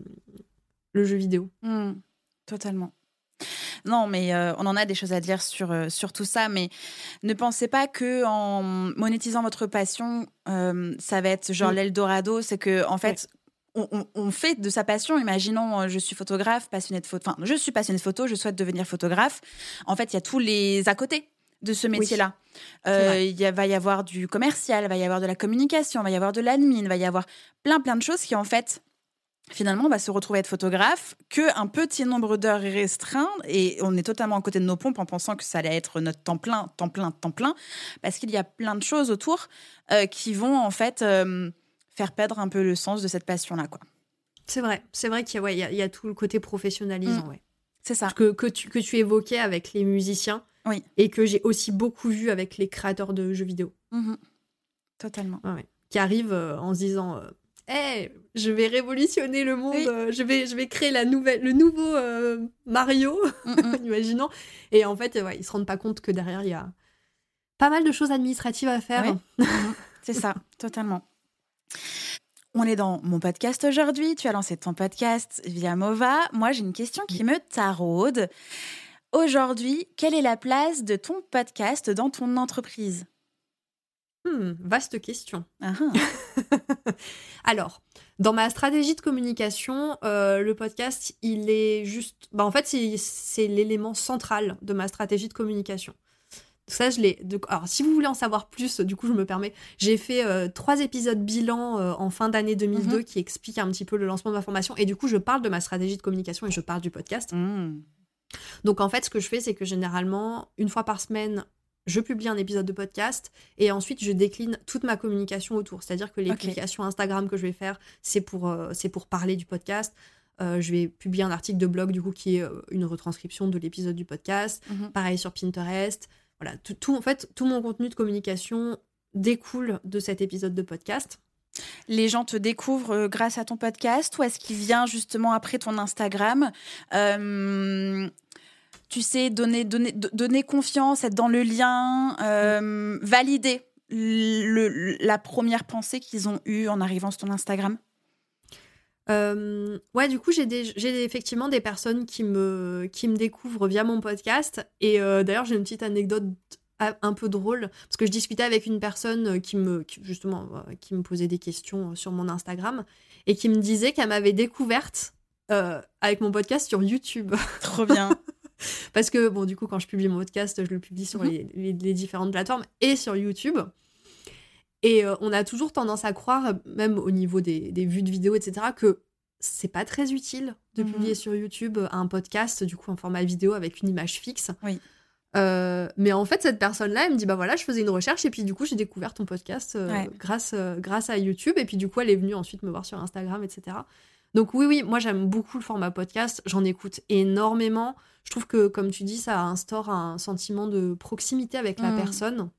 Speaker 3: le jeu vidéo.
Speaker 2: Totalement. Non, mais on en a des choses à dire sur tout ça, mais ne pensez pas qu'en monétisant votre passion, ça va être genre l'Eldorado. C'est que, en fait, on fait de sa passion. Imaginons, je suis photographe, passionnée de photo. Enfin, je suis passionnée de photo, je souhaite devenir photographe. En fait, il y a tous les à côté de ce métier-là. Va y avoir du commercial, il va y avoir de la communication, il va y avoir de l'admin, il va y avoir plein de choses qui, en fait, finalement, on va se retrouver à être photographe qu'un petit nombre d'heures restreint, et on est totalement à côté de nos pompes en pensant que ça allait être notre temps plein, parce qu'il y a plein de choses autour qui vont, en fait, faire perdre un peu le sens de cette passion-là, quoi.
Speaker 3: C'est vrai qu'il y a tout le côté professionnalisme,
Speaker 2: C'est ça.
Speaker 3: Que tu évoquais avec les musiciens.
Speaker 2: Oui.
Speaker 3: Et que j'ai aussi beaucoup vu avec les créateurs de jeux vidéo.
Speaker 2: Totalement.
Speaker 3: Qui arrivent en se disant je vais révolutionner le monde, je vais créer le nouveau Mario, imaginons. Et en fait, ils se rendent pas compte que derrière, il y a pas mal de choses administratives à faire.
Speaker 2: C'est ça, totalement. On est dans mon podcast aujourd'hui. Tu as lancé ton podcast via Mova. Moi, j'ai une question qui me taraude. Aujourd'hui, quelle est la place de ton podcast dans ton entreprise ?
Speaker 3: Vaste question. Alors, dans ma stratégie de communication, le podcast, il est juste... en fait, c'est l'élément central de ma stratégie de communication. Ça, je l'ai... Alors, si vous voulez en savoir plus, du coup, je me permets. J'ai fait 3 épisodes bilan en fin d'année 2002 qui expliquent un petit peu le lancement de ma formation. Et du coup, je parle de ma stratégie de communication et je parle du podcast. Donc, en fait, ce que je fais, c'est que généralement, 1 fois par semaine, je publie un épisode de podcast et ensuite, je décline toute ma communication autour. C'est-à-dire que les publications Instagram que je vais faire, c'est pour parler du podcast. Je vais publier un article de blog, du coup, qui est une retranscription de l'épisode du podcast. Pareil sur Pinterest. Voilà, en fait, tout mon contenu de communication découle de cet épisode de podcast.
Speaker 2: Les gens te découvrent grâce à ton podcast ou est-ce qu'il vient justement après ton Instagram tu sais, donner confiance, être dans le lien, valider la première pensée qu'ils ont eue en arrivant sur ton Instagram?
Speaker 3: Ouais, du coup, j'ai effectivement des personnes qui me découvrent via mon podcast. Et d'ailleurs, j'ai une petite anecdote un peu drôle, parce que je discutais avec une personne qui me posait des questions sur mon Instagram et qui me disait qu'elle m'avait découverte avec mon podcast sur YouTube.
Speaker 2: Trop bien.
Speaker 3: Parce que, bon, du coup, quand je publie mon podcast, je le publie sur les différentes plateformes et sur YouTube. Et on a toujours tendance à croire, même au niveau des vues de vidéos, etc., que c'est pas très utile de publier sur YouTube un podcast, du coup, en format vidéo avec une image fixe.
Speaker 2: Oui.
Speaker 3: Mais en fait, cette personne-là, elle me dit, bah voilà, je faisais une recherche et puis du coup, j'ai découvert ton podcast grâce à YouTube. Et puis du coup, elle est venue ensuite me voir sur Instagram, etc. Donc oui, moi, j'aime beaucoup le format podcast. J'en écoute énormément. Je trouve que, comme tu dis, ça instaure un sentiment de proximité avec la personne.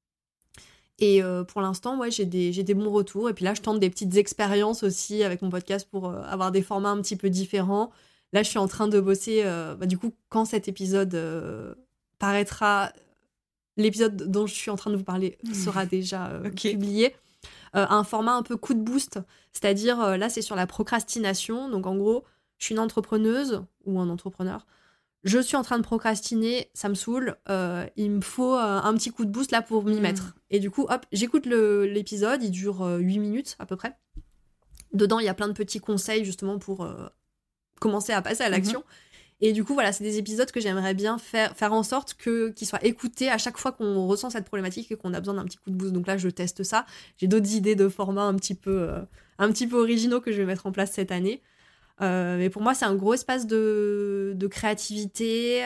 Speaker 3: Et pour l'instant, ouais, j'ai des bons retours. Et puis là, je tente des petites expériences aussi avec mon podcast pour avoir des formats un petit peu différents. Là, je suis en train de bosser... du coup, quand cet épisode paraîtra... L'épisode dont je suis en train de vous parler sera déjà publié. Un format un peu coup de boost. C'est-à-dire, là, c'est sur la procrastination. Donc, en gros, je suis une entrepreneuse ou un entrepreneur. Je suis en train de procrastiner, ça me saoule. Il me faut un petit coup de boost là pour m'y mettre. Et du coup, hop, j'écoute l'épisode, il dure 8 minutes à peu près. Dedans, il y a plein de petits conseils justement pour commencer à passer à l'action. Et du coup, voilà, c'est des épisodes que j'aimerais bien faire en sorte qu'ils soient écoutés à chaque fois qu'on ressent cette problématique et qu'on a besoin d'un petit coup de boost. Donc là, je teste ça. J'ai d'autres idées de formats un petit peu originaux que je vais mettre en place cette année. Mais pour moi, c'est un gros espace de créativité,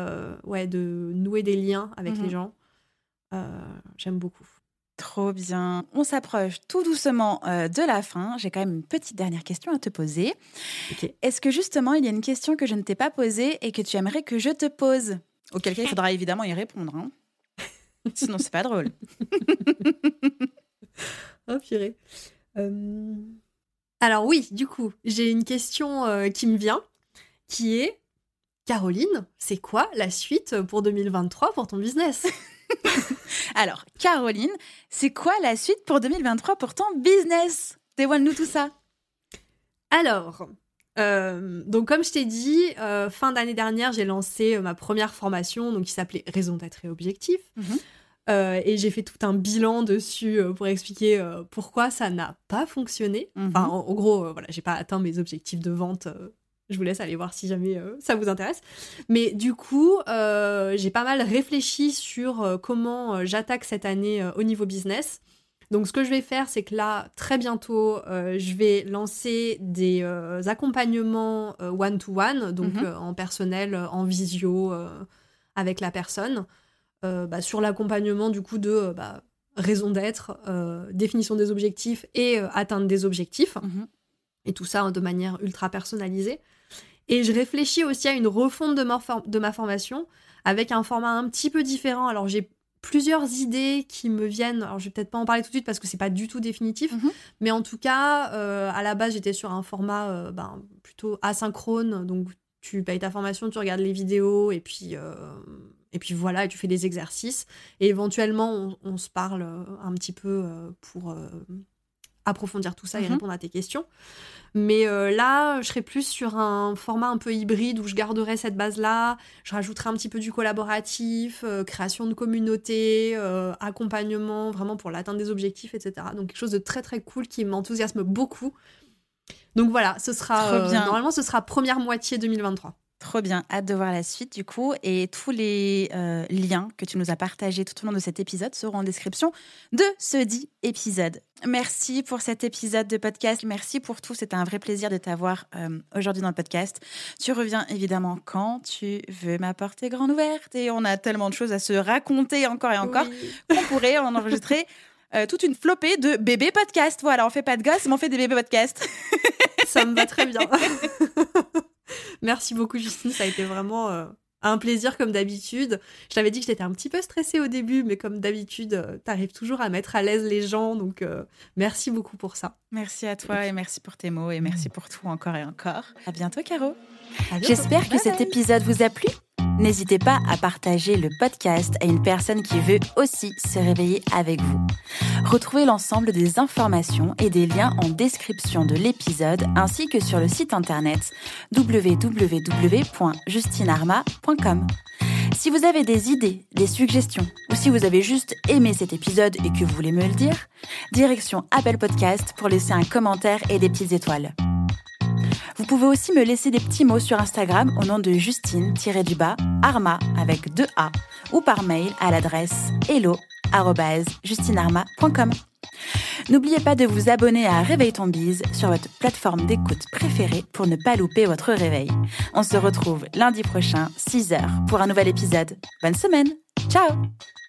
Speaker 3: de nouer des liens avec les gens. J'aime beaucoup.
Speaker 2: Trop bien. On s'approche tout doucement de la fin. J'ai quand même une petite dernière question à te poser.
Speaker 3: Okay.
Speaker 2: Est-ce que justement, il y a une question que je ne t'ai pas posée et que tu aimerais que je te pose? Auquel cas, il faudra évidemment y répondre. Hein. Sinon, c'est pas drôle.
Speaker 3: Oh, purée. Alors oui, du coup, j'ai une question qui me vient, qui est Caroline, c'est quoi la suite pour 2023 pour ton business?
Speaker 2: Alors, Caroline, c'est quoi la suite pour 2023 pour ton business? Dévoile-nous tout ça.
Speaker 3: Alors, donc comme je t'ai dit, fin d'année dernière, j'ai lancé ma première formation donc qui s'appelait Raison d'être et objectif. Et j'ai fait tout un bilan dessus pour expliquer pourquoi ça n'a pas fonctionné. Enfin, en gros, voilà, j'ai pas atteint mes objectifs de vente. Je vous laisse aller voir si jamais ça vous intéresse. Mais du coup, j'ai pas mal réfléchi sur comment j'attaque cette année au niveau business. Donc, ce que je vais faire, c'est que là, très bientôt, je vais lancer des accompagnements one-to-one, donc en personnel, en visio, avec la personne. Sur l'accompagnement du coup de raison d'être, définition des objectifs et atteinte des objectifs, et tout ça de manière ultra personnalisée. Et je réfléchis aussi à une refonte de ma formation avec un format un petit peu différent. Alors j'ai plusieurs idées qui me viennent, alors je vais peut-être pas en parler tout de suite parce que c'est pas du tout définitif, mais en tout cas à la base j'étais sur un format plutôt asynchrone, donc tu payes ta formation, tu regardes les vidéos et puis voilà, et tu fais des exercices. Et éventuellement, on se parle un petit peu pour approfondir tout ça et répondre à tes questions. Mais là, je serais plus sur un format un peu hybride où je garderais cette base-là. Je rajouterais un petit peu du collaboratif, création de communauté, accompagnement, vraiment pour l'atteinte des objectifs, etc. Donc quelque chose de très très cool qui m'enthousiasme beaucoup. Donc voilà, ce sera normalement ce sera première moitié 2023.
Speaker 2: Trop bien, hâte de voir la suite du coup. Et tous les liens que tu nous as partagés tout au long de cet épisode seront en description de ce dit épisode. Merci pour cet épisode de podcast. Merci pour tout. C'était un vrai plaisir de t'avoir aujourd'hui dans le podcast. Tu reviens évidemment quand tu veux, ma porte est grande ouverte. Et on a tellement de choses à se raconter encore et encore qu'on pourrait en enregistrer toute une flopée de bébés podcasts. Voilà, on fait pas de gosses, mais on fait des bébés podcasts.
Speaker 3: Ça me va très bien. Merci beaucoup Justine, ça a été vraiment Un plaisir comme d'habitude. Je t'avais dit que j'étais un petit peu stressée au début, mais comme d'habitude, t'arrives toujours à mettre à l'aise les gens. Donc, merci beaucoup pour ça.
Speaker 2: Merci à toi et merci pour tes mots et merci pour tout encore et encore. À bientôt, Caro.
Speaker 3: À bientôt.
Speaker 2: J'espère que
Speaker 3: Bye
Speaker 2: cet
Speaker 3: bye.
Speaker 2: épisode vous a plu. N'hésitez pas à partager le podcast à une personne qui veut aussi se réveiller avec vous. Retrouvez l'ensemble des informations et des liens en description de l'épisode ainsi que sur le site internet www.justinarma.com. Si vous avez des idées, des suggestions ou si vous avez juste aimé cet épisode et que vous voulez me le dire, direction Apple Podcast pour laisser un commentaire et des petites étoiles. Vous pouvez aussi me laisser des petits mots sur Instagram au nom de Justine-Arma avec 2 A ou par mail à l'adresse hello@justinarma.com. N'oubliez pas de vous abonner à Réveille ton bise sur votre plateforme d'écoute préférée pour ne pas louper votre réveil. On se retrouve lundi prochain, 6h, pour un nouvel épisode. Bonne semaine. Ciao!